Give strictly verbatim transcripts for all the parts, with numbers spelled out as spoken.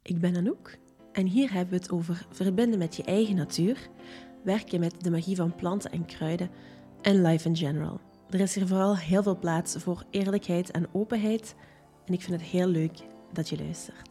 Ik ben Anouk en hier hebben we het over verbinden met je eigen natuur, werken met de magie van planten en kruiden en life in general. Er is hier vooral heel veel plaats voor eerlijkheid en openheid en ik vind het heel leuk dat je luistert.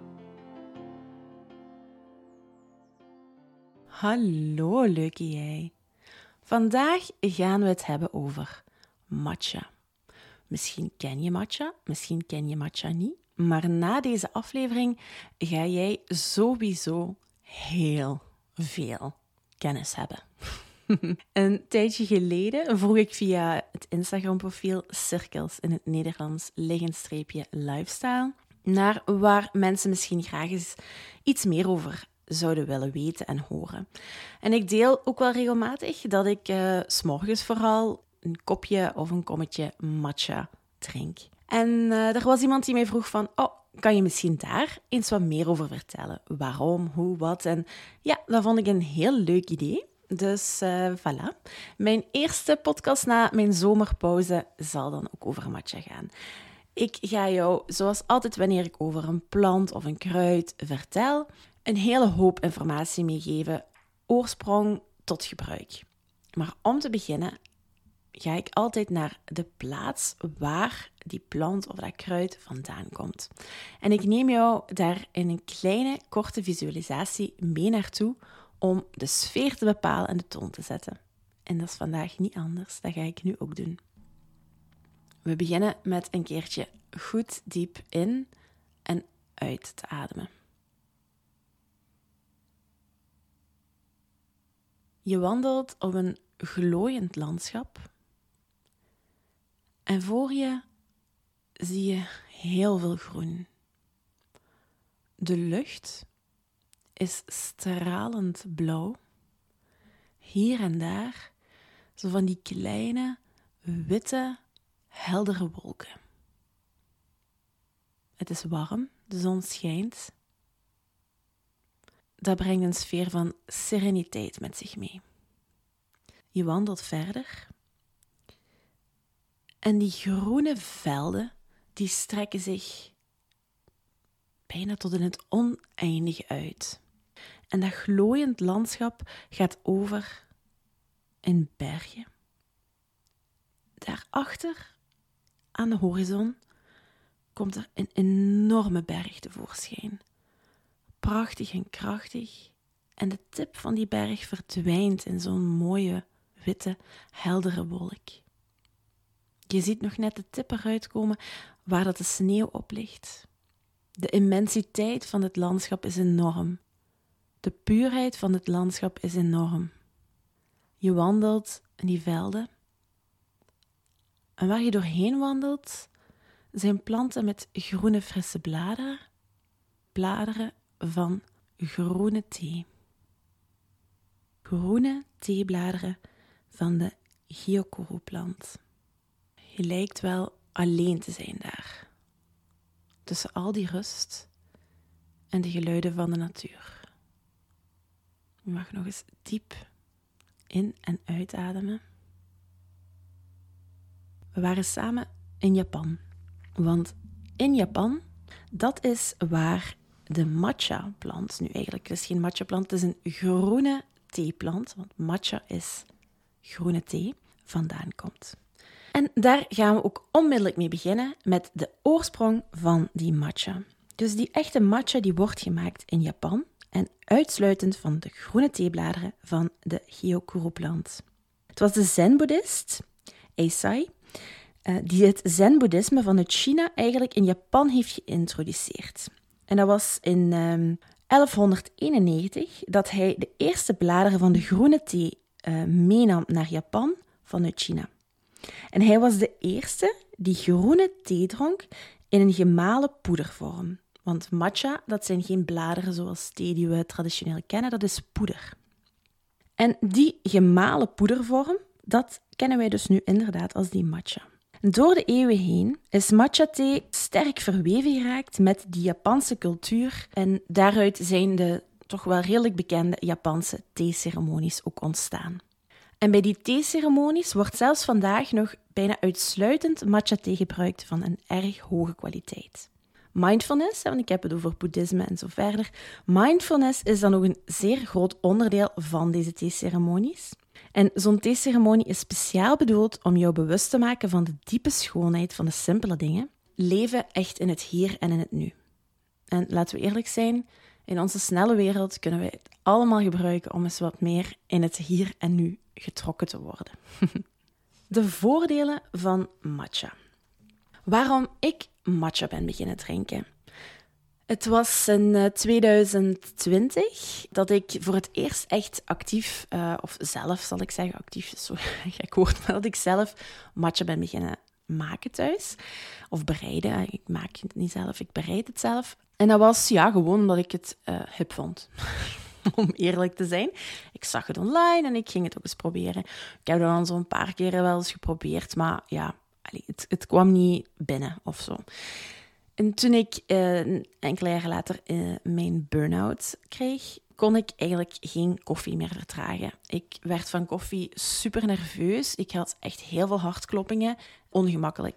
Hallo leuke jij. Vandaag gaan we het hebben over matcha. Misschien ken je matcha, misschien ken je matcha niet. Maar na deze aflevering ga jij sowieso heel veel kennis hebben. Een tijdje geleden vroeg ik via het Instagram-profiel Cirkels in het Nederlands liggenstreepje lifestyle naar waar mensen misschien graag eens iets meer over zouden willen weten en horen. En ik deel ook wel regelmatig dat ik uh, 's morgens vooral een kopje of een kommetje matcha drink. En uh, er was iemand die mij vroeg van, oh, kan je misschien daar eens wat meer over vertellen? Waarom, hoe, wat? En ja, dat vond ik een heel leuk idee. Dus uh, voilà. Mijn eerste podcast na mijn zomerpauze zal dan ook over matcha gaan. Ik ga jou, zoals altijd wanneer ik over een plant of een kruid vertel, een hele hoop informatie meegeven, oorsprong tot gebruik. Maar om te beginnen ga ik altijd naar de plaats waar die plant of dat kruid vandaan komt. En ik neem jou daar in een kleine, korte visualisatie mee naartoe om de sfeer te bepalen en de toon te zetten. En dat is vandaag niet anders, dat ga ik nu ook doen. We beginnen met een keertje goed diep in en uit te ademen. Je wandelt op een glooiend landschap. En voor je zie je heel veel groen. De lucht is stralend blauw. Hier en daar zo van die kleine, witte, heldere wolken. Het is warm, de zon schijnt. Dat brengt een sfeer van sereniteit met zich mee. Je wandelt verder. En die groene velden, die strekken zich bijna tot in het oneindige uit. En dat glooiend landschap gaat over in bergen. Daarachter, aan de horizon, komt er een enorme berg tevoorschijn. Prachtig en krachtig. En de tip van die berg verdwijnt in zo'n mooie, witte, heldere wolk. Je ziet nog net de tip eruit komen waar dat de sneeuw op ligt. De immensiteit van het landschap is enorm. De puurheid van het landschap is enorm. Je wandelt in die velden. En waar je doorheen wandelt, zijn planten met groene frisse bladeren. Bladeren van groene thee. Groene theebladeren van de Gyokuro-plant. Je lijkt wel alleen te zijn daar. Tussen al die rust en de geluiden van de natuur. Je mag nog eens diep in- en uitademen. We waren samen in Japan. Want in Japan, dat is waar de matcha-plant, nu eigenlijk het is geen matcha-plant, het is een groene theeplant, want matcha is groene thee, vandaan komt. En daar gaan we ook onmiddellijk mee beginnen met de oorsprong van die matcha. Dus die echte matcha die wordt gemaakt in Japan en uitsluitend van de groene theebladeren van de Gyokuro-plant. Het was de zen-boeddhist Eisai uh, die het zen-boeddhisme vanuit China eigenlijk in Japan heeft geïntroduceerd. En dat was in um, elfhonderdeenennegentig dat hij de eerste bladeren van de groene thee uh, meenam naar Japan vanuit China. En hij was de eerste die groene thee dronk in een gemalen poedervorm. Want matcha, dat zijn geen bladeren zoals thee die we traditioneel kennen, dat is poeder. En die gemalen poedervorm, dat kennen wij dus nu inderdaad als die matcha. Door de eeuwen heen is matcha-thee sterk verweven geraakt met die Japanse cultuur en daaruit zijn de toch wel redelijk bekende Japanse theeceremonies ook ontstaan. En bij die theeceremonies wordt zelfs vandaag nog bijna uitsluitend matcha-thee gebruikt van een erg hoge kwaliteit. Mindfulness, want ik heb het over boeddhisme en zo verder. Mindfulness is dan ook een zeer groot onderdeel van deze theeceremonies. En zo'n theeceremonie is speciaal bedoeld om jou bewust te maken van de diepe schoonheid van de simpele dingen. Leven echt in het hier en in het nu. En laten we eerlijk zijn, in onze snelle wereld kunnen we het allemaal gebruiken om eens wat meer in het hier en nu getrokken te worden. De voordelen van matcha. Waarom ik matcha ben beginnen drinken? Het was in tweeduizend twintig dat ik voor het eerst echt actief, uh, of zelf zal ik zeggen, actief is zo gek woord, maar dat ik zelf matcha ben beginnen maken thuis. Of bereiden. Ik maak het niet zelf, ik bereid het zelf. En dat was ja, gewoon omdat ik het uh, hip vond. Om eerlijk te zijn. Ik zag het online en ik ging het ook eens proberen. Ik heb het dan zo'n paar keren wel eens geprobeerd, maar ja, het, het kwam niet binnen of zo. En toen ik uh, enkele jaren later uh, mijn burn-out kreeg, kon ik eigenlijk geen koffie meer vertragen. Ik werd van koffie super nerveus. Ik had echt heel veel hartkloppingen. Ongemakkelijk.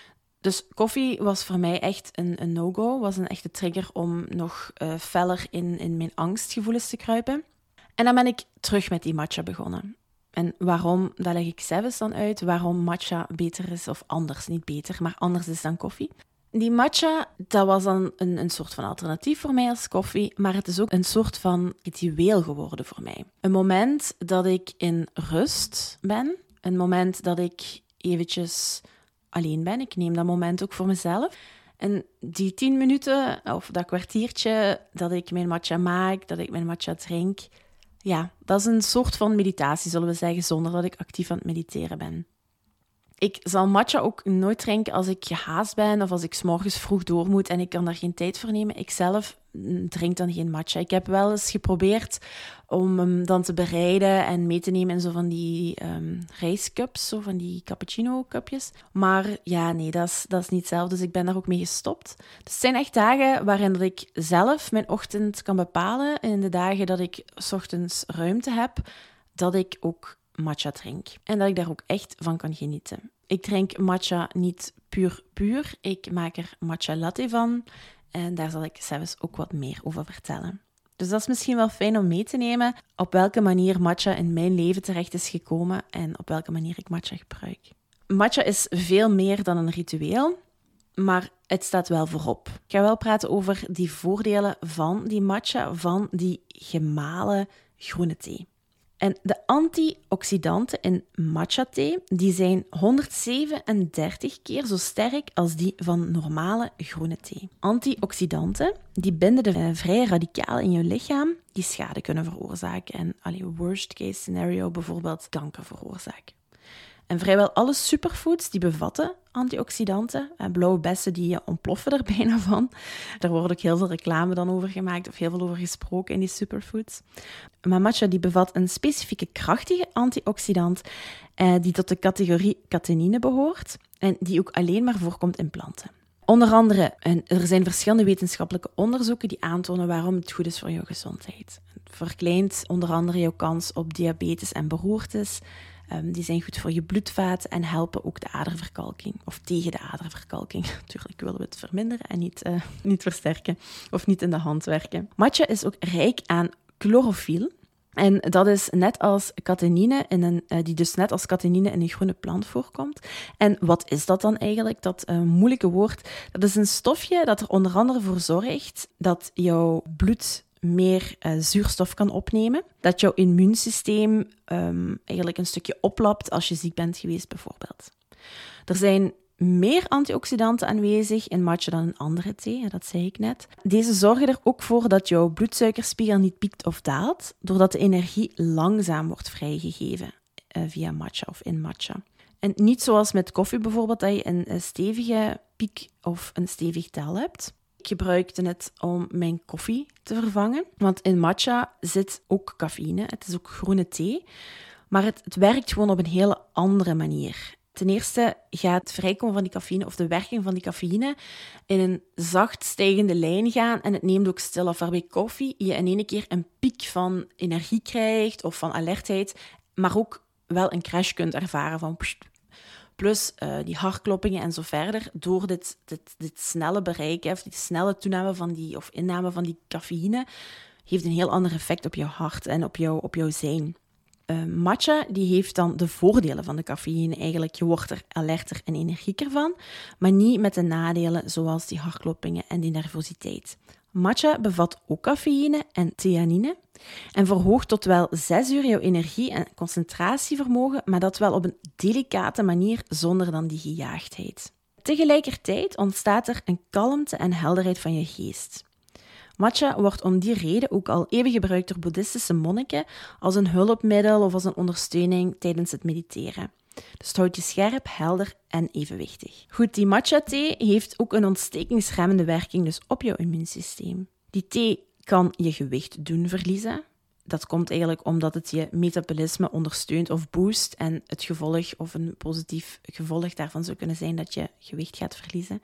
Dus koffie was voor mij echt een, een no-go. Was een echte trigger om nog uh, feller in, in mijn angstgevoelens te kruipen. En dan ben ik terug met die matcha begonnen. En waarom, dat leg ik zelfs dan uit, waarom matcha beter is, of anders, niet beter, maar anders is dan koffie. Die matcha, dat was dan een, een soort van alternatief voor mij als koffie, maar het is ook een soort van ritueel geworden voor mij. Een moment dat ik in rust ben, een moment dat ik eventjes alleen ben. Ik neem dat moment ook voor mezelf. En die tien minuten, of dat kwartiertje dat ik mijn matcha maak, dat ik mijn matcha drink, ja, dat is een soort van meditatie, zullen we zeggen, zonder dat ik actief aan het mediteren ben. Ik zal matcha ook nooit drinken als ik gehaast ben of als ik 's morgens vroeg door moet en ik kan daar geen tijd voor nemen. Ik zelf drink dan geen matcha. Ik heb wel eens geprobeerd om hem dan te bereiden en mee te nemen in zo van die um, rijstcups, zo van die cappuccino-cupjes. Maar ja, nee, dat is, dat is niet hetzelfde, dus ik ben daar ook mee gestopt. Dus het zijn echt dagen waarin dat ik zelf mijn ochtend kan bepalen. En in de dagen dat ik 's ochtends ruimte heb, dat ik ook matcha drink. En dat ik daar ook echt van kan genieten. Ik drink matcha niet puur puur. Ik maak er matcha latte van. En daar zal ik zelfs ook wat meer over vertellen. Dus dat is misschien wel fijn om mee te nemen op welke manier matcha in mijn leven terecht is gekomen en op welke manier ik matcha gebruik. Matcha is veel meer dan een ritueel, maar het staat wel voorop. Ik ga wel praten over die voordelen van die matcha, van die gemalen groene thee. En de antioxidanten in matcha-thee die zijn honderdzevenendertig keer zo sterk als die van normale groene thee. Antioxidanten die binden de vrije radicalen in je lichaam die schade kunnen veroorzaken en allee, worst case scenario bijvoorbeeld kanker veroorzaken. En vrijwel alle superfoods die bevatten antioxidanten. Blauwe bessen die ontploffen er bijna van. Daar wordt ook heel veel reclame dan over gemaakt of heel veel over gesproken in die superfoods. Maar matcha die bevat een specifieke krachtige antioxidant eh, die tot de categorie catechinine behoort en die ook alleen maar voorkomt in planten. Onder andere, en er zijn verschillende wetenschappelijke onderzoeken die aantonen waarom het goed is voor jouw gezondheid. Het verkleint onder andere jouw kans op diabetes en beroertes. Um, die zijn goed voor je bloedvaten en helpen ook de aderverkalking. Of tegen de aderverkalking. Natuurlijk willen we het verminderen en niet, uh, niet versterken. Of niet in de hand werken. Matcha is ook rijk aan chlorofiel. En dat is net als catechinine, in een, uh, die dus net als catechinine in een groene plant voorkomt. En wat is dat dan eigenlijk, dat uh, moeilijke woord? Dat is een stofje dat er onder andere voor zorgt dat jouw bloed meer uh, zuurstof kan opnemen. Dat jouw immuunsysteem um, eigenlijk een stukje oplapt als je ziek bent geweest, bijvoorbeeld. Er zijn meer antioxidanten aanwezig in matcha dan in andere thee, dat zei ik net. Deze zorgen er ook voor dat jouw bloedsuikerspiegel niet piekt of daalt, doordat de energie langzaam wordt vrijgegeven uh, via matcha of in matcha. En niet zoals met koffie bijvoorbeeld, dat je een, een stevige piek of een stevig dal hebt. Ik gebruikte het om mijn koffie te vervangen, want in matcha zit ook cafeïne. Het is ook groene thee, maar het, het werkt gewoon op een hele andere manier. Ten eerste gaat het vrijkomen van die cafeïne of de werking van die cafeïne in een zacht stijgende lijn gaan en het neemt ook stil af. Waarbij koffie je in één keer een piek van energie krijgt of van alertheid, maar ook wel een crash kunt ervaren van pssst, plus uh, die hartkloppingen en zo verder, door dit, dit, dit snelle bereiken, of die snelle toename van die, of inname van die cafeïne, heeft een heel ander effect op jouw hart en op, jou, op jouw zijn. Uh, matcha die heeft dan de voordelen van de cafeïne eigenlijk. Je wordt er alerter en energieker van, maar niet met de nadelen zoals die hartkloppingen en die nervositeit. Matcha bevat ook cafeïne en theanine en verhoogt tot wel zes uur jouw energie- en concentratievermogen, maar dat wel op een delicate manier zonder dan die gejaagdheid. Tegelijkertijd ontstaat er een kalmte en helderheid van je geest. Matcha wordt om die reden ook al eeuwig gebruikt door boeddhistische monniken als een hulpmiddel of als een ondersteuning tijdens het mediteren. Dus het houdt je scherp, helder en evenwichtig. Goed, die matcha-thee heeft ook een ontstekingsremmende werking dus op jouw immuunsysteem. Die thee kan je gewicht doen verliezen. Dat komt eigenlijk omdat het je metabolisme ondersteunt of boost en het gevolg of een positief gevolg daarvan zou kunnen zijn dat je gewicht gaat verliezen.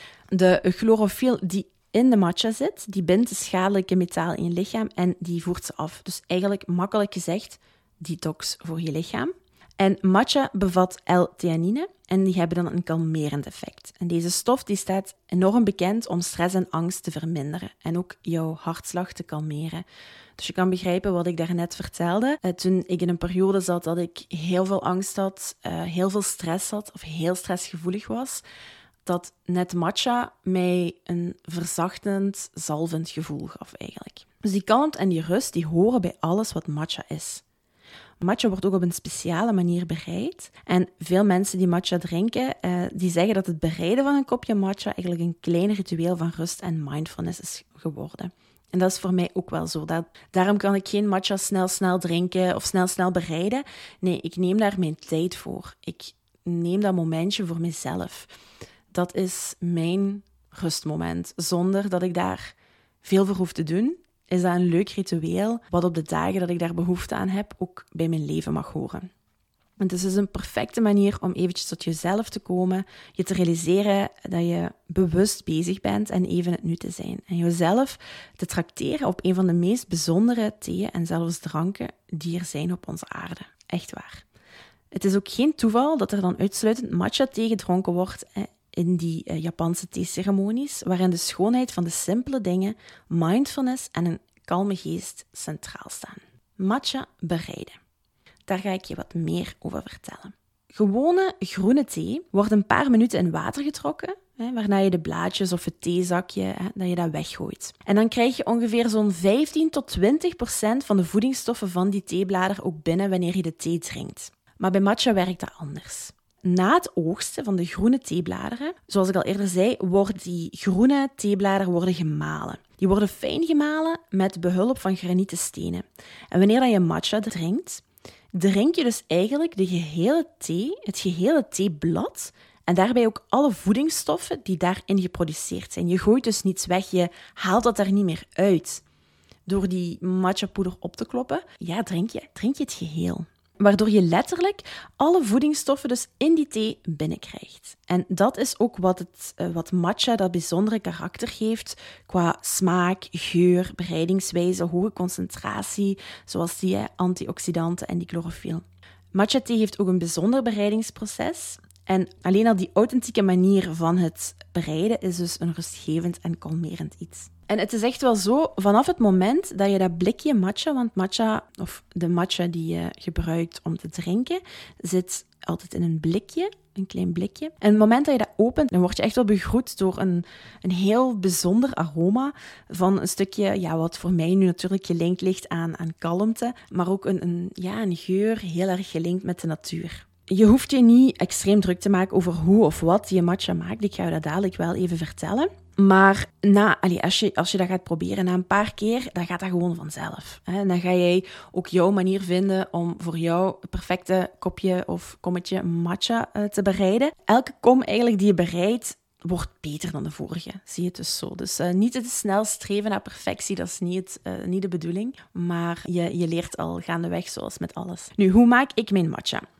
De chlorofiel die in de matcha zit, die bindt de schadelijke metalen in je lichaam en die voert ze af. Dus eigenlijk makkelijk gezegd, detox voor je lichaam. En matcha bevat L-theanine en die hebben dan een kalmerend effect. En deze stof die staat enorm bekend om stress en angst te verminderen en ook jouw hartslag te kalmeren. Dus je kan begrijpen wat ik daarnet vertelde. Uh, toen ik in een periode zat dat ik heel veel angst had, uh, heel veel stress had of heel stressgevoelig was, dat net matcha mij een verzachtend, zalvend gevoel gaf eigenlijk. Dus die kalmte en die rust, die horen bij alles wat matcha is. Matcha wordt ook op een speciale manier bereid. En veel mensen die matcha drinken, eh, die zeggen dat het bereiden van een kopje matcha eigenlijk een klein ritueel van rust en mindfulness is geworden. En dat is voor mij ook wel zo. Dat, daarom kan ik geen matcha snel snel drinken of snel snel bereiden. Nee, ik neem daar mijn tijd voor. Ik neem dat momentje voor mezelf. Dat is mijn rustmoment. Zonder dat ik daar veel voor hoef te doen, is dat een leuk ritueel wat op de dagen dat ik daar behoefte aan heb ook bij mijn leven mag horen. Het is dus een perfecte manier om eventjes tot jezelf te komen, je te realiseren dat je bewust bezig bent en even het nu te zijn. En jezelf te trakteren op een van de meest bijzondere theeën en zelfs dranken die er zijn op onze aarde. Echt waar. Het is ook geen toeval dat er dan uitsluitend matcha-thee gedronken wordt in die uh, Japanse theeceremonies, waarin de schoonheid van de simpele dingen, mindfulness en een kalme geest centraal staan. Matcha bereiden. Daar ga ik je wat meer over vertellen. Gewone groene thee wordt een paar minuten in water getrokken, hè, waarna je de blaadjes of het theezakje, hè, dat je dat weggooit. En dan krijg je ongeveer zo'n vijftien tot twintig procent van de voedingsstoffen van die theeblader ook binnen wanneer je de thee drinkt. Maar bij matcha werkt dat anders. Na het oogsten van de groene theebladeren, zoals ik al eerder zei, worden die groene theebladeren worden gemalen. Die worden fijn gemalen met behulp van granieten stenen. En wanneer je matcha drinkt, drink je dus eigenlijk de gehele thee, het gehele theeblad en daarbij ook alle voedingsstoffen die daarin geproduceerd zijn. Je gooit dus niets weg, je haalt dat er niet meer uit. Door die matcha-poeder op te kloppen, ja, drink je, drink je het geheel. Waardoor je letterlijk alle voedingsstoffen dus in die thee binnenkrijgt. En dat is ook wat, het, wat matcha dat bijzondere karakter geeft qua smaak, geur, bereidingswijze, hoge concentratie, zoals die antioxidanten en die chlorofiel. Matcha-thee heeft ook een bijzonder bereidingsproces. En alleen al die authentieke manier van het bereiden is dus een rustgevend en kalmerend iets. En het is echt wel zo, vanaf het moment dat je dat blikje matcha, want matcha, of de matcha die je gebruikt om te drinken, zit altijd in een blikje, een klein blikje. En het moment dat je dat opent, dan word je echt wel begroet door een, een heel bijzonder aroma van een stukje, ja, wat voor mij nu natuurlijk gelinkt ligt aan, aan kalmte, maar ook een, een, ja, een geur heel erg gelinkt met de natuur. Je hoeft je niet extreem druk te maken over hoe of wat je matcha maakt. Ik ga je dat dadelijk wel even vertellen. Maar na, allee, als, je, als je dat gaat proberen na een paar keer, dan gaat dat gewoon vanzelf. Hè? Dan ga jij ook jouw manier vinden om voor jou het perfecte kopje of kommetje matcha uh, te bereiden. Elke kom eigenlijk die je bereidt, wordt beter dan de vorige. Zie je het dus zo. Dus uh, niet te snel streven naar perfectie, dat is niet, uh, niet de bedoeling. Maar je, je leert al gaandeweg zoals met alles. Nu, hoe maak ik mijn matcha?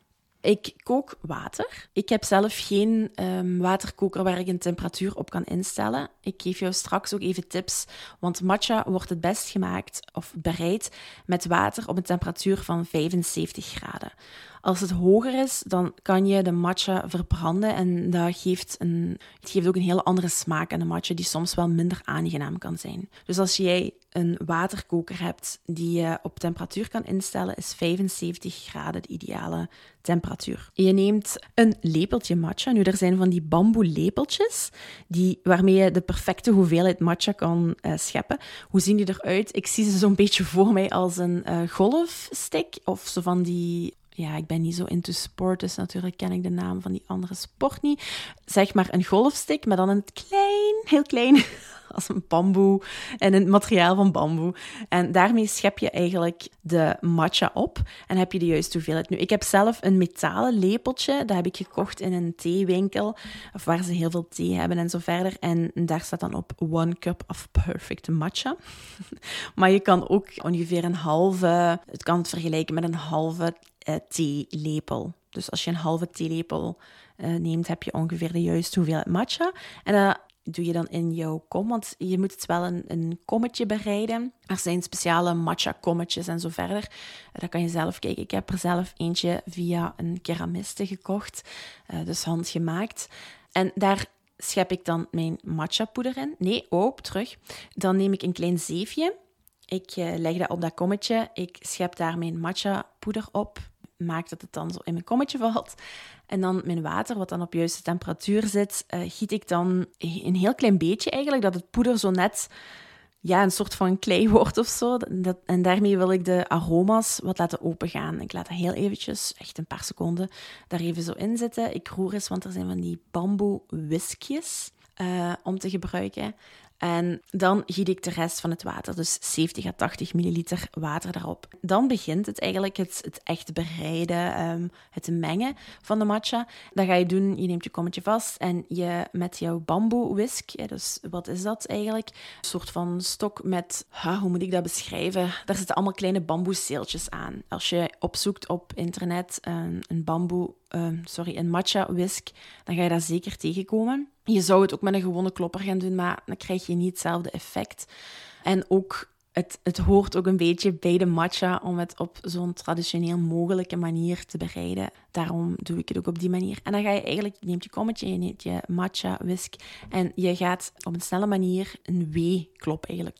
Ik kook water. Ik heb zelf geen um, waterkoker waar ik een temperatuur op kan instellen. Ik geef jou straks ook even tips, want matcha wordt het best gemaakt of bereid met water op een temperatuur van vijfenzeventig graden. Als het hoger is, dan kan je de matcha verbranden en dat geeft, een, het geeft ook een hele andere smaak aan de matcha die soms wel minder aangenaam kan zijn. Dus als jij een waterkoker hebt die je op temperatuur kan instellen, is vijfenzeventig graden de ideale temperatuur. Je neemt een lepeltje matcha. Nu, er zijn van die bamboe lepeltjes die, waarmee je de perfecte hoeveelheid matcha kan uh, scheppen. Hoe zien die eruit? Ik zie ze zo'n beetje voor mij als een uh, golfstick of zo van die... Ja, ik ben niet zo into sport, dus natuurlijk ken ik de naam van die andere sport niet. Zeg maar een golfstick, maar dan een klein, heel klein, als een bamboe en een materiaal van bamboe. En daarmee schep je eigenlijk de matcha op en heb je de juiste hoeveelheid. Nu, ik heb zelf een metalen lepeltje, dat heb ik gekocht in een theewinkel, of waar ze heel veel thee hebben en zo verder. En daar staat dan op one cup of perfect matcha. Maar je kan ook ongeveer een halve, het kan het vergelijken met een halve Uh, theelepel. Dus als je een halve theelepel uh, neemt, heb je ongeveer de juiste hoeveelheid matcha. En dat uh, doe je dan in jouw kom, want je moet het wel een, een kommetje bereiden. Er zijn speciale matcha-kommetjes en zo verder. Uh, dat kan je zelf kijken. Ik heb er zelf eentje via een keramiste gekocht, uh, dus handgemaakt. En daar schep ik dan mijn matcha-poeder in. Nee, op, terug. Dan neem ik een klein zeefje. Ik uh, leg dat op dat kommetje. Ik schep daar mijn matcha-poeder op. Maak dat het dan zo in mijn kommetje valt. En dan mijn water, wat dan op juiste temperatuur zit, uh, giet ik dan een heel klein beetje eigenlijk, dat het poeder zo net ja, een soort van klei wordt of zo. Dat, en daarmee wil ik de aroma's wat laten opengaan. Ik laat dat heel eventjes, echt een paar seconden, daar even zo in zitten. Ik roer eens, want er zijn van die bamboe whiskjes uh, om te gebruiken. En dan giet ik de rest van het water, dus zeventig à tachtig milliliter water daarop. Dan begint het eigenlijk, het, het echt bereiden, um, het mengen van de matcha. Dat ga je doen, je neemt je kommetje vast en je met jouw bamboe whisk, ja, dus wat is dat eigenlijk? Een soort van stok met, ha, hoe moet ik dat beschrijven? Daar zitten allemaal kleine bamboezeeltjes aan. Als je opzoekt op internet een, een bamboe, uh, sorry, een matcha whisk, dan ga je dat zeker tegenkomen. Je zou het ook met een gewone klopper gaan doen, maar dan krijg je niet hetzelfde effect. En ook, het, het hoort ook een beetje bij de matcha om het op zo'n traditioneel mogelijke manier te bereiden. Daarom doe ik het ook op die manier. En dan ga je eigenlijk, je neemt je kommetje, je neemt je matcha whisk en je gaat op een snelle manier een W-klop eigenlijk.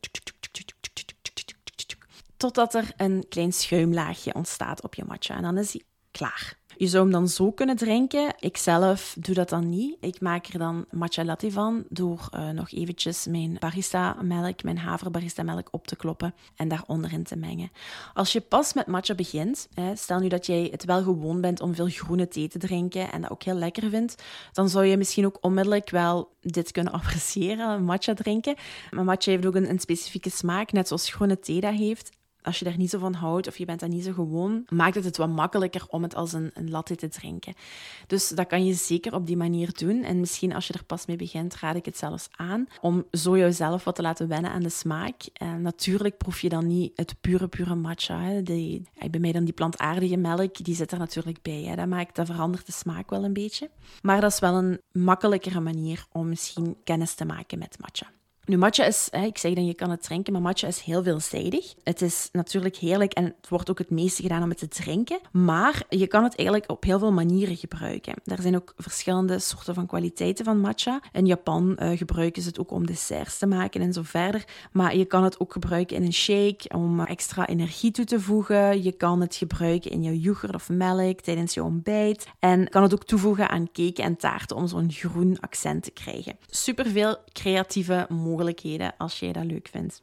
Totdat er een klein schuimlaagje ontstaat op je matcha. En dan is die klaar. Je zou hem dan zo kunnen drinken. Ik zelf doe dat dan niet. Ik maak er dan matcha latte van door uh, nog eventjes mijn barista melk, mijn haver barista melk op te kloppen en daaronder in te mengen. Als je pas met matcha begint, hè, stel nu dat jij het wel gewoon bent om veel groene thee te drinken en dat ook heel lekker vindt, dan zou je misschien ook onmiddellijk wel dit kunnen appreciëren, matcha drinken. Maar matcha heeft ook een, een specifieke smaak, net zoals groene thee dat heeft. Als je daar niet zo van houdt of je bent daar niet zo gewoon, maakt het het wat makkelijker om het als een, een latte te drinken. Dus dat kan je zeker op die manier doen. En misschien als je er pas mee begint, raad ik het zelfs aan om zo jezelf wat te laten wennen aan de smaak. En natuurlijk proef je dan niet het pure, pure matcha. Hè. Die, bij mij dan die plantaardige melk, die zit er natuurlijk bij. Hè. Dat maakt, dat verandert de smaak wel een beetje. Maar dat is wel een makkelijkere manier om misschien kennis te maken met matcha. Nu, matcha is, ik zeg dan je kan het drinken, maar matcha is heel veelzijdig. Het is natuurlijk heerlijk en het wordt ook het meeste gedaan om het te drinken. Maar je kan het eigenlijk op heel veel manieren gebruiken. Er zijn ook verschillende soorten van kwaliteiten van matcha. In Japan uh, gebruiken ze het ook om desserts te maken en zo verder. Maar je kan het ook gebruiken in een shake om extra energie toe te voegen. Je kan het gebruiken in jouw yoghurt of melk tijdens je ontbijt. En kan het ook toevoegen aan cake en taarten om zo'n groen accent te krijgen. Superveel creatieve mogelijkheden. mogelijkheden als jij dat leuk vindt.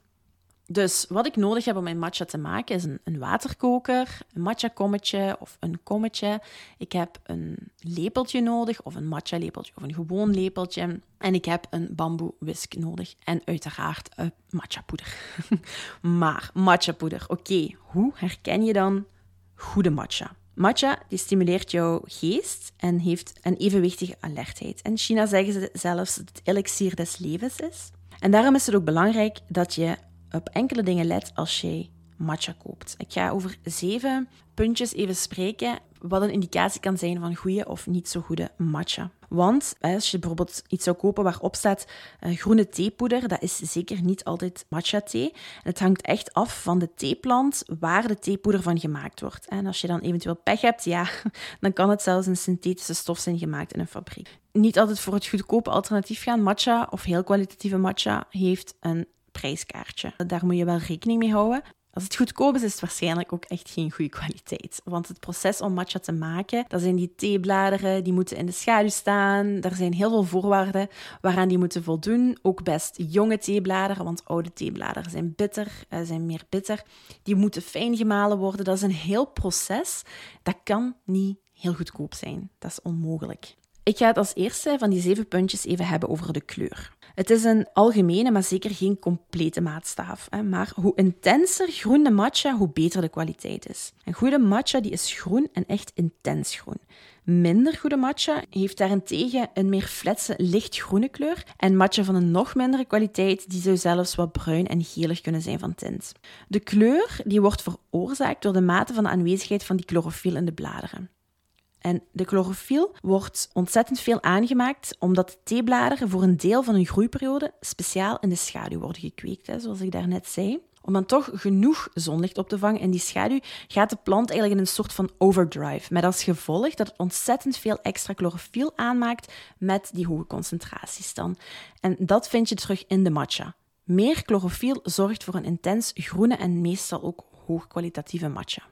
Dus wat ik nodig heb om mijn matcha te maken is een, een waterkoker, een matcha-kommetje of een kommetje. Ik heb een lepeltje nodig of een matcha-lepeltje of een gewoon lepeltje. En ik heb een bamboe whisk nodig en uiteraard uh, matcha-poeder. Maar matcha-poeder, oké, okay, hoe herken je dan goede matcha? Matcha die stimuleert jouw geest en heeft een evenwichtige alertheid. In China zeggen ze zelfs dat het elixier des levens is. En daarom is het ook belangrijk dat je op enkele dingen let als je matcha koopt. Ik ga over zeven puntjes even spreken wat een indicatie kan zijn van goede of niet zo goede matcha. Want als je bijvoorbeeld iets zou kopen waarop staat uh, groene theepoeder, dat is zeker niet altijd matcha thee. Het hangt echt af van de theeplant waar de theepoeder van gemaakt wordt. En als je dan eventueel pech hebt, ja, dan kan het zelfs een synthetische stof zijn gemaakt in een fabriek. Niet altijd voor het goedkope alternatief gaan. Matcha of heel kwalitatieve matcha heeft een prijskaartje. Daar moet je wel rekening mee houden. Als het goedkoop is, is het waarschijnlijk ook echt geen goede kwaliteit. Want het proces om matcha te maken, dat zijn die theebladeren, die moeten in de schaduw staan. Er zijn heel veel voorwaarden waaraan die moeten voldoen. Ook best jonge theebladeren, want oude theebladeren zijn bitter, uh, zijn meer bitter. Die moeten fijn gemalen worden. Dat is een heel proces. Dat kan niet heel goedkoop zijn. Dat is onmogelijk. Ik ga het als eerste van die zeven puntjes even hebben over de kleur. Het is een algemene, maar zeker geen complete maatstaaf. Maar hoe intenser groen de matcha, hoe beter de kwaliteit is. Een goede matcha die is groen en echt intens groen. Minder goede matcha heeft daarentegen een meer fletse, lichtgroene kleur. En matcha van een nog mindere kwaliteit, die zou zelfs wat bruin en gelig kunnen zijn van tint. De kleur die wordt veroorzaakt door de mate van de aanwezigheid van die chlorofiel in de bladeren. En de chlorofiel wordt ontzettend veel aangemaakt omdat de theebladeren voor een deel van hun groeiperiode speciaal in de schaduw worden gekweekt, hè, zoals ik daarnet zei. Om dan toch genoeg zonlicht op te vangen in die schaduw, gaat de plant eigenlijk in een soort van overdrive. Met als gevolg dat het ontzettend veel extra chlorofiel aanmaakt met die hoge concentraties dan. En dat vind je terug in de matcha. Meer chlorofiel zorgt voor een intens groene en meestal ook hoogkwalitatieve matcha.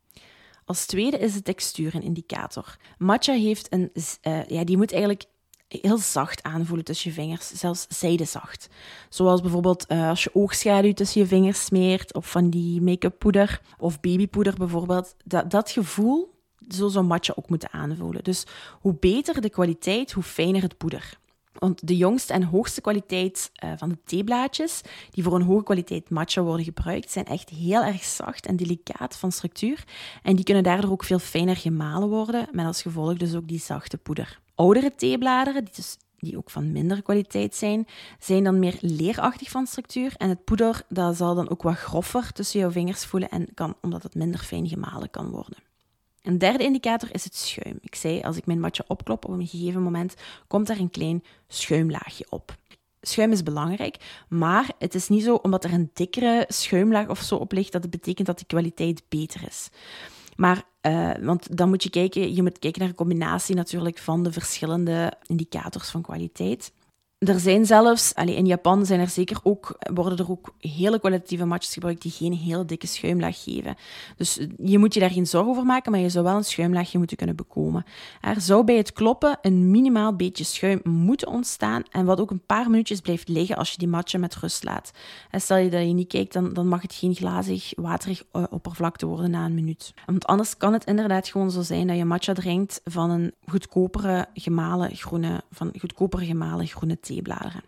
Als tweede is de textuur een indicator. Matcha heeft een, uh, ja, die moet eigenlijk heel zacht aanvoelen tussen je vingers, zelfs zijdezacht. Zoals bijvoorbeeld uh, als je oogschaduw tussen je vingers smeert, of van die make-up poeder, of babypoeder bijvoorbeeld. Dat, dat gevoel, zo zou matcha ook moeten aanvoelen. Dus hoe beter de kwaliteit, hoe fijner het poeder. Want de jongste en hoogste kwaliteit uh, van de theeblaadjes, die voor een hoge kwaliteit matcha worden gebruikt, zijn echt heel erg zacht en delicaat van structuur. En die kunnen daardoor ook veel fijner gemalen worden, met als gevolg dus ook die zachte poeder. Oudere theebladeren, die, dus, die ook van mindere kwaliteit zijn, zijn dan meer leerachtig van structuur. En het poeder dat zal dan ook wat groffer tussen jouw vingers voelen, en kan, omdat het minder fijn gemalen kan worden. Een derde indicator is het schuim. Ik zei, als ik mijn matcha opklop op een gegeven moment, komt daar een klein schuimlaagje op. Schuim is belangrijk, maar het is niet zo omdat er een dikkere schuimlaag of zo op ligt, dat het betekent dat de kwaliteit beter is. Maar, uh, want dan moet je kijken, je moet kijken naar een combinatie natuurlijk van de verschillende indicators van kwaliteit. Er zijn zelfs, allez, in Japan zijn er zeker ook, worden er ook hele kwalitatieve matches gebruikt die geen hele dikke schuimlaag geven. Dus je moet je daar geen zorgen over maken, maar je zou wel een schuimlaagje moeten kunnen bekomen. Er zou bij het kloppen een minimaal beetje schuim moeten ontstaan, en wat ook een paar minuutjes blijft liggen als je die matcha met rust laat. En stel je dat je niet kijkt, dan, dan mag het geen glazig, waterig uh, oppervlakte worden na een minuut. Want anders kan het inderdaad gewoon zo zijn dat je matcha drinkt van een goedkopere gemalen groene, van goedkopere gemalen groene thee. Theebladeren.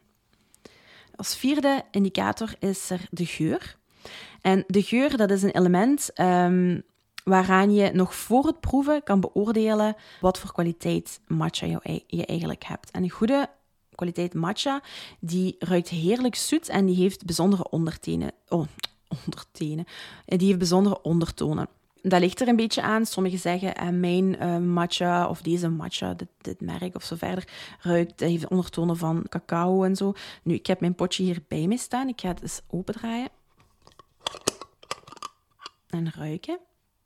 Als vierde indicator is er de geur. En de geur, dat is een element um, waaraan je nog voor het proeven kan beoordelen wat voor kwaliteit matcha je, je eigenlijk hebt. En een goede kwaliteit matcha, die ruikt heerlijk zoet en die heeft bijzondere ondertenen. Oh, ondertenen. Die heeft bijzondere ondertonen. Dat ligt er een beetje aan. Sommigen zeggen, eh, mijn uh, matcha of deze matcha, dit, dit merk of zo verder, ruikt, dat heeft ondertonen van cacao en zo. Nu, ik heb mijn potje hier bij me staan. Ik ga het eens opendraaien. En ruiken.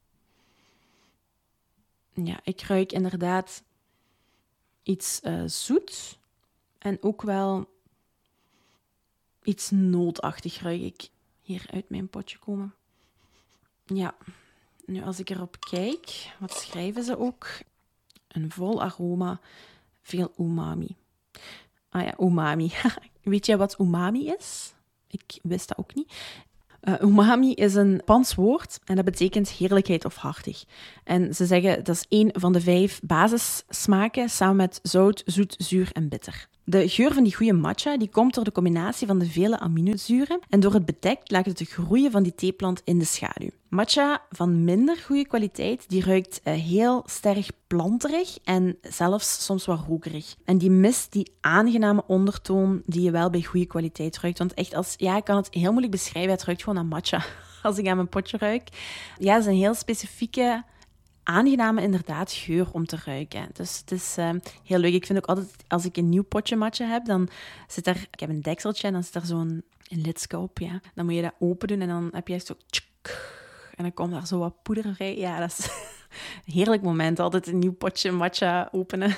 Ja, ik ruik inderdaad iets uh, zoet. En ook wel iets nootachtig ruik ik hier uit mijn potje komen. Ja. Nu, als ik erop kijk, wat schrijven ze ook? Een vol aroma, veel umami. Ah ja, umami. Weet jij wat umami is? Ik wist dat ook niet. Uh, umami is een Japans woord en dat betekent heerlijkheid of hartig. En ze zeggen dat is één van de vijf basissmaken samen met zout, zoet, zuur en bitter. De geur van die goede matcha die komt door de combinatie van de vele aminozuren en door het bedekt laat het groeien van die theeplant in de schaduw. Matcha van minder goede kwaliteit die ruikt uh, heel sterk planterig en zelfs soms wat rokerig. En die mist die aangename ondertoon die je wel bij goede kwaliteit ruikt. Want echt, als, ja, ik kan het heel moeilijk beschrijven, het ruikt gewoon naar matcha. als ik aan mijn potje ruik. Ja, het is een heel specifieke, aangename inderdaad geur om te ruiken. Dus het is uh, heel leuk. Ik vind ook altijd, als ik een nieuw potje matcha heb, dan zit er... Ik heb een dekseltje en dan zit er zo'n een lidske op, ja. Dan moet je dat open doen en dan heb je zo... En dan komt daar zo wat poeder vrij. Ja, dat is een heerlijk moment. Altijd een nieuw potje matcha openen.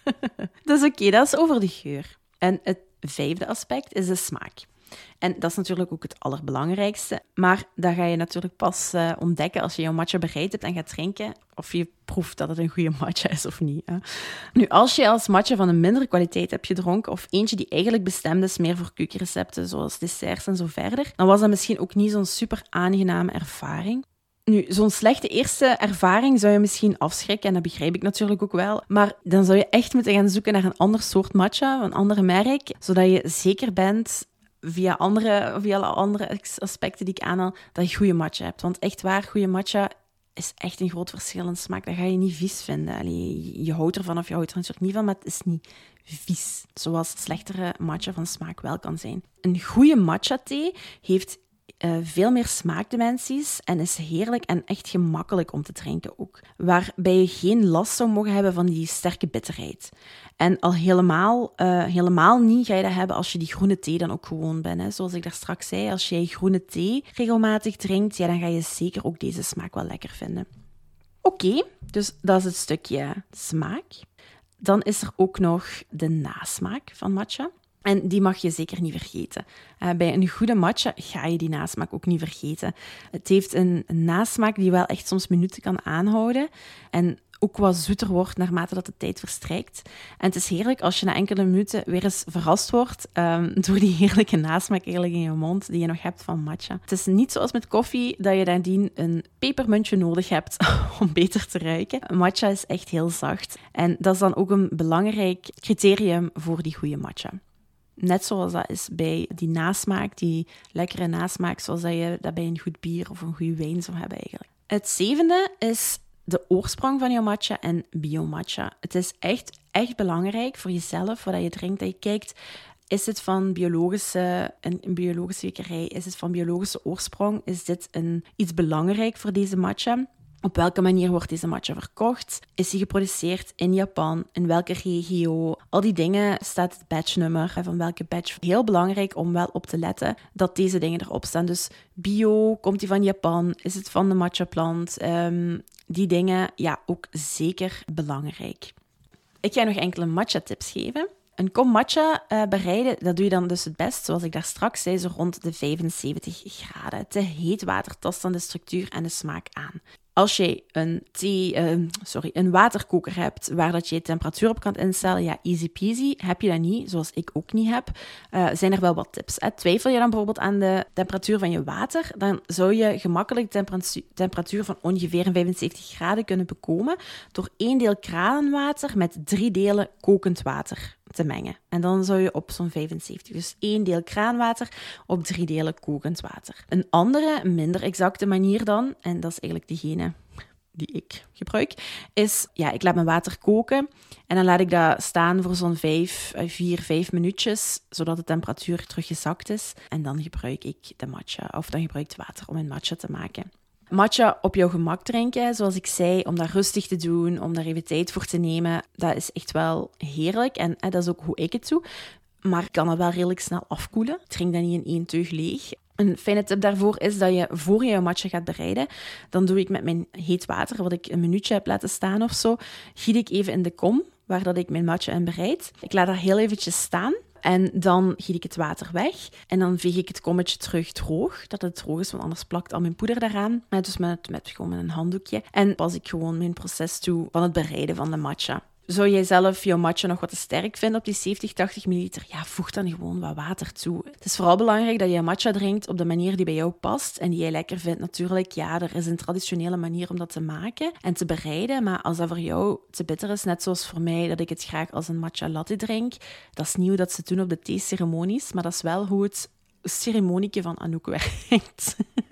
Dus oké, okay, dat is over de geur. En het vijfde aspect is de smaak. En dat is natuurlijk ook het allerbelangrijkste. Maar dat ga je natuurlijk pas uh, ontdekken als je jouw matcha bereid hebt en gaat drinken. Of je proeft dat het een goede matcha is of niet. Hè? Nu, als je als matcha van een mindere kwaliteit hebt gedronken, of eentje die eigenlijk bestemd is meer voor keukenrecepten, zoals desserts en zo verder, dan was dat misschien ook niet zo'n super aangename ervaring. Nu, zo'n slechte eerste ervaring zou je misschien afschrikken, en dat begrijp ik natuurlijk ook wel. Maar dan zou je echt moeten gaan zoeken naar een ander soort matcha, een andere merk, zodat je zeker bent, via andere, via alle andere aspecten die ik aanhaal, dat je goede matcha hebt. Want echt waar, goede matcha is echt een groot verschil in smaak. Dat ga je niet vies vinden. Allee, je houdt ervan of je houdt er natuurlijk niet van, maar het is niet vies. Zoals slechtere matcha van smaak wel kan zijn. Een goede matcha-thee heeft Uh, veel meer smaakdimensies en is heerlijk en echt gemakkelijk om te drinken ook. Waarbij je geen last zou mogen hebben van die sterke bitterheid. En al helemaal, uh, helemaal niet ga je dat hebben als je die groene thee dan ook gewoon bent. Hè. Zoals ik daar straks zei, als jij groene thee regelmatig drinkt, ja, dan ga je zeker ook deze smaak wel lekker vinden. Oké, okay, dus dat is het stukje smaak. Dan is er ook nog de nasmaak van matcha. En die mag je zeker niet vergeten. Uh, bij een goede matcha ga je die nasmaak ook niet vergeten. Het heeft een, een nasmaak die wel echt soms minuten kan aanhouden. En ook wat zoeter wordt naarmate dat de tijd verstrijkt. En het is heerlijk als je na enkele minuten weer eens verrast wordt um, door die heerlijke nasmaak eigenlijk in je mond die je nog hebt van matcha. Het is niet zoals met koffie dat je nadien een pepermuntje nodig hebt om beter te ruiken. Matcha is echt heel zacht. En dat is dan ook een belangrijk criterium voor die goede matcha. Net zoals dat is bij die nasmaak, die lekkere nasmaak, zoals dat je dat bij een goed bier of een goede wijn zou hebben eigenlijk. Het zevende is de oorsprong van je matcha en bio-matcha. Het is echt, echt belangrijk voor jezelf, wat je drinkt, dat je kijkt, is het van biologische, een, een biologische wekerij? Is het van biologische oorsprong? Is dit een, iets belangrijk voor deze matcha? Op welke manier wordt deze matcha verkocht? Is die geproduceerd in Japan? In welke regio? Al die dingen staat het batchnummer van welke batch. Heel belangrijk om wel op te letten dat deze dingen erop staan. Dus bio, komt die van Japan? Is het van de matcha-plant? Um, die dingen, ja, ook zeker belangrijk. Ik ga nog enkele matcha-tips geven. Een kom matcha uh, bereiden, dat doe je dan dus het best, zoals ik daar straks zei, zo rond de vijfenzeventig graden. Te heet water tast dan de structuur en de smaak aan. Als je een, thee, uh, sorry, een waterkoker hebt waar dat je je temperatuur op kan instellen, ja, easy peasy. Heb je dat niet, zoals ik ook niet heb, uh, zijn er wel wat tips. Hè. Twijfel je dan bijvoorbeeld aan de temperatuur van je water, dan zou je gemakkelijk de temperatuur, temperatuur van ongeveer vijfenzeventig graden kunnen bekomen door één deel kranenwater met drie delen kokend water te mengen. En dan zou je op zo'n vijfenzeventig. Dus één deel kraanwater op drie delen kokend water. Een andere, minder exacte manier dan, en dat is eigenlijk diegene die ik gebruik, is, ja, ik laat mijn water koken en dan laat ik dat staan voor zo'n vijf, vier, vijf minuutjes, zodat de temperatuur teruggezakt is. En dan gebruik ik de matcha, of dan gebruik ik het water om een matcha te maken. Matcha op jouw gemak drinken, zoals ik zei, om dat rustig te doen, om daar even tijd voor te nemen, dat is echt wel heerlijk en hè, dat is ook hoe ik het doe. Maar ik kan dat wel redelijk snel afkoelen. Ik drink dat niet in één teug leeg. Een fijne tip daarvoor is dat je, voor je je matcha gaat bereiden, dan doe ik met mijn heet water, wat ik een minuutje heb laten staan of zo, giet ik even in de kom, waar dat ik mijn matcha in bereid. Ik laat daar heel eventjes staan. En dan giet ik het water weg en dan veeg ik het kommetje terug droog, dat het droog is, want anders plakt al mijn poeder daaraan. Dus met, met, gewoon met een handdoekje. En pas ik gewoon mijn proces toe van het bereiden van de matcha. Zou jij zelf jouw matcha nog wat te sterk vinden op die zeventig, tachtig milliliter? Ja, voeg dan gewoon wat water toe. Het is vooral belangrijk dat je matcha drinkt op de manier die bij jou past en die jij lekker vindt. Natuurlijk, ja, er is een traditionele manier om dat te maken en te bereiden, maar als dat voor jou te bitter is, net zoals voor mij, dat ik het graag als een matcha latte drink, dat is niet hoe dat ze doen op de theeceremonies, maar dat is wel hoe het ceremonieke van Anouk werkt.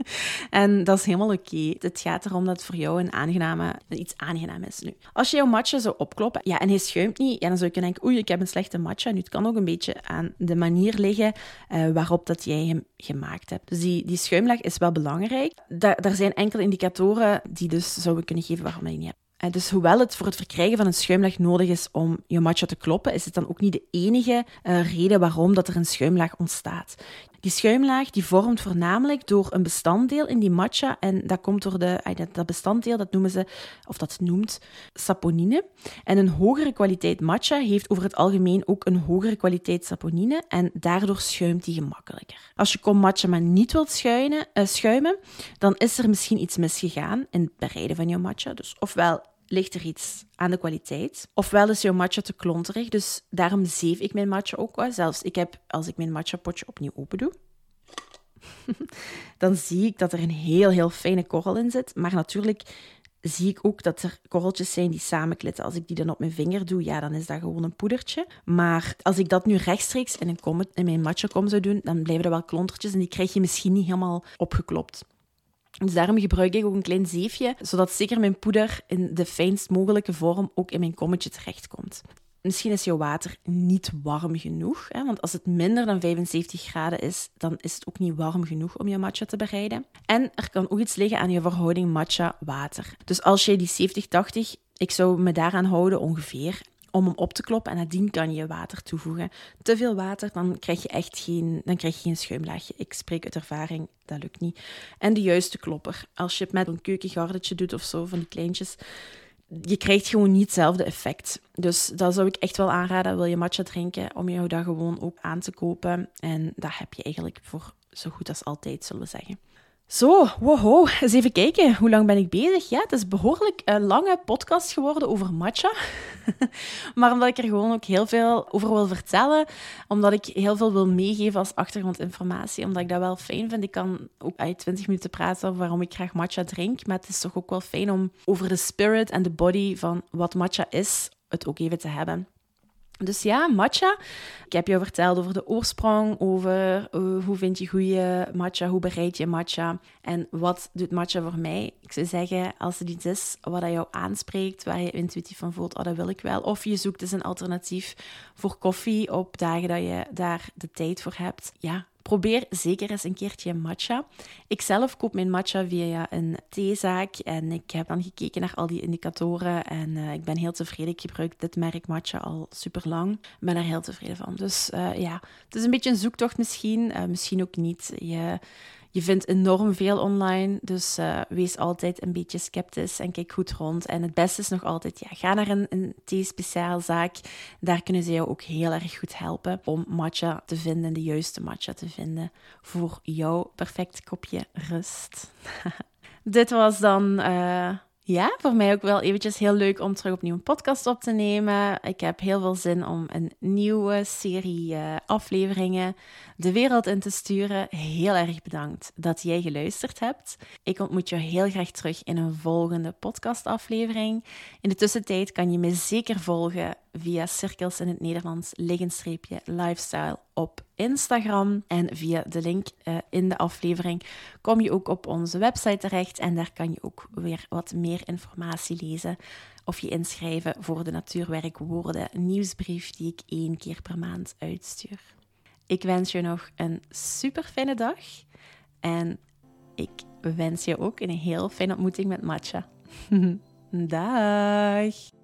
En dat is helemaal oké. Okay. Het gaat erom dat het voor jou een aangename, iets aangenaam is nu. Als je jouw matcha zou opkloppen ja, en hij schuimt niet, ja, dan zou je kunnen denken, oei, ik heb een slechte matcha. Nu, het kan ook een beetje aan de manier liggen uh, waarop dat jij hem gemaakt hebt. Dus die, die schuimlaag is wel belangrijk. Da- daar zijn enkele indicatoren die dus zouden kunnen geven waarom je niet hebt. Uh, dus hoewel het voor het verkrijgen van een schuimlaag nodig is om je matcha te kloppen, is het dan ook niet de enige uh, reden waarom dat er een schuimlaag ontstaat. Die schuimlaag die vormt voornamelijk door een bestanddeel in die matcha en dat komt door de, dat bestanddeel, dat noemen ze, of dat noemt saponine. En een hogere kwaliteit matcha heeft over het algemeen ook een hogere kwaliteit saponine en daardoor schuimt die gemakkelijker. Als je kom matcha maar niet wilt schuinen, uh, schuimen, dan is er misschien iets misgegaan in het bereiden van je matcha. Dus ofwel ligt er iets aan de kwaliteit. Ofwel is jouw matcha te klonterig, dus daarom zeef ik mijn matcha ook wel. Zelfs ik heb, als ik mijn matcha potje opnieuw open doe, dan zie ik dat er een heel, heel fijne korrel in zit. Maar natuurlijk zie ik ook dat er korreltjes zijn die samenklitten. Als ik die dan op mijn vinger doe, ja, dan is dat gewoon een poedertje. Maar als ik dat nu rechtstreeks in, een kom, in mijn matcha kom zou doen, dan blijven er wel klontertjes en die krijg je misschien niet helemaal opgeklopt. Dus daarom gebruik ik ook een klein zeefje, zodat zeker mijn poeder in de fijnst mogelijke vorm ook in mijn kommetje terechtkomt. Misschien is jouw water niet warm genoeg, hè? Want als het minder dan vijfenzeventig graden is, dan is het ook niet warm genoeg om je matcha te bereiden. En er kan ook iets liggen aan je verhouding matcha-water. Dus als je die zeventig tachtig, ik zou me daaraan houden ongeveer, om hem op te kloppen en nadien kan je water toevoegen. Te veel water, dan krijg je echt geen, dan krijg je geen schuimlaagje. Ik spreek uit ervaring, dat lukt niet. En de juiste klopper. Als je het met een keukengardetje doet of zo, van die kleintjes, je krijgt gewoon niet hetzelfde effect. Dus dat zou ik echt wel aanraden, wil je matcha drinken, om jou dat gewoon ook aan te kopen. En dat heb je eigenlijk voor zo goed als altijd, zullen we zeggen. Zo, wow, eens even kijken. Hoe lang ben ik bezig? Ja, het is behoorlijk een lange podcast geworden over matcha. Maar omdat ik er gewoon ook heel veel over wil vertellen, omdat ik heel veel wil meegeven als achtergrondinformatie, omdat ik dat wel fijn vind. Ik kan ook twintig minuten praten over waarom ik graag matcha drink, maar het is toch ook wel fijn om over de spirit en de body van wat matcha is, het ook even te hebben. Dus ja, matcha. Ik heb jou verteld over de oorsprong, over uh, hoe vind je goede matcha, hoe bereid je matcha en wat doet matcha voor mij. Ik zou zeggen, als het iets is wat jou aanspreekt, waar je intuïtief van voelt, oh, dat wil ik wel. Of je zoekt dus een alternatief voor koffie op dagen dat je daar de tijd voor hebt. Ja, probeer zeker eens een keertje matcha. Ik zelf koop mijn matcha via een theezaak en ik heb dan gekeken naar al die indicatoren en uh, ik ben heel tevreden. Ik gebruik dit merk matcha al super lang. Ik ben er heel tevreden van. Dus uh, ja, het is een beetje een zoektocht misschien. Uh, misschien ook niet. Je... Je vindt enorm veel online, dus uh, wees altijd een beetje sceptisch en kijk goed rond. En het beste is nog altijd, ja, ga naar een, een thee-speciaalzaak. Daar kunnen ze jou ook heel erg goed helpen om matcha te vinden, de juiste matcha te vinden voor jouw perfect kopje rust. Dit was dan... Uh, Ja, voor mij ook wel eventjes heel leuk om terug opnieuw een podcast op te nemen. Ik heb heel veel zin om een nieuwe serie uh, afleveringen de wereld in te sturen. Heel erg bedankt dat jij geluisterd hebt. Ik ontmoet je heel graag terug in een volgende podcastaflevering. In de tussentijd kan je me zeker volgen via Cirkels in het Nederlands, liggenstreepje lifestyle op Instagram. En via de link uh, in de aflevering kom je ook op onze website terecht. En daar kan je ook weer wat meer informatie lezen of je inschrijven voor de Natuurwerkwoorden nieuwsbrief die ik één keer per maand uitstuur. Ik wens je nog een super fijne dag. En ik wens je ook een heel fijne ontmoeting met matcha. Dag!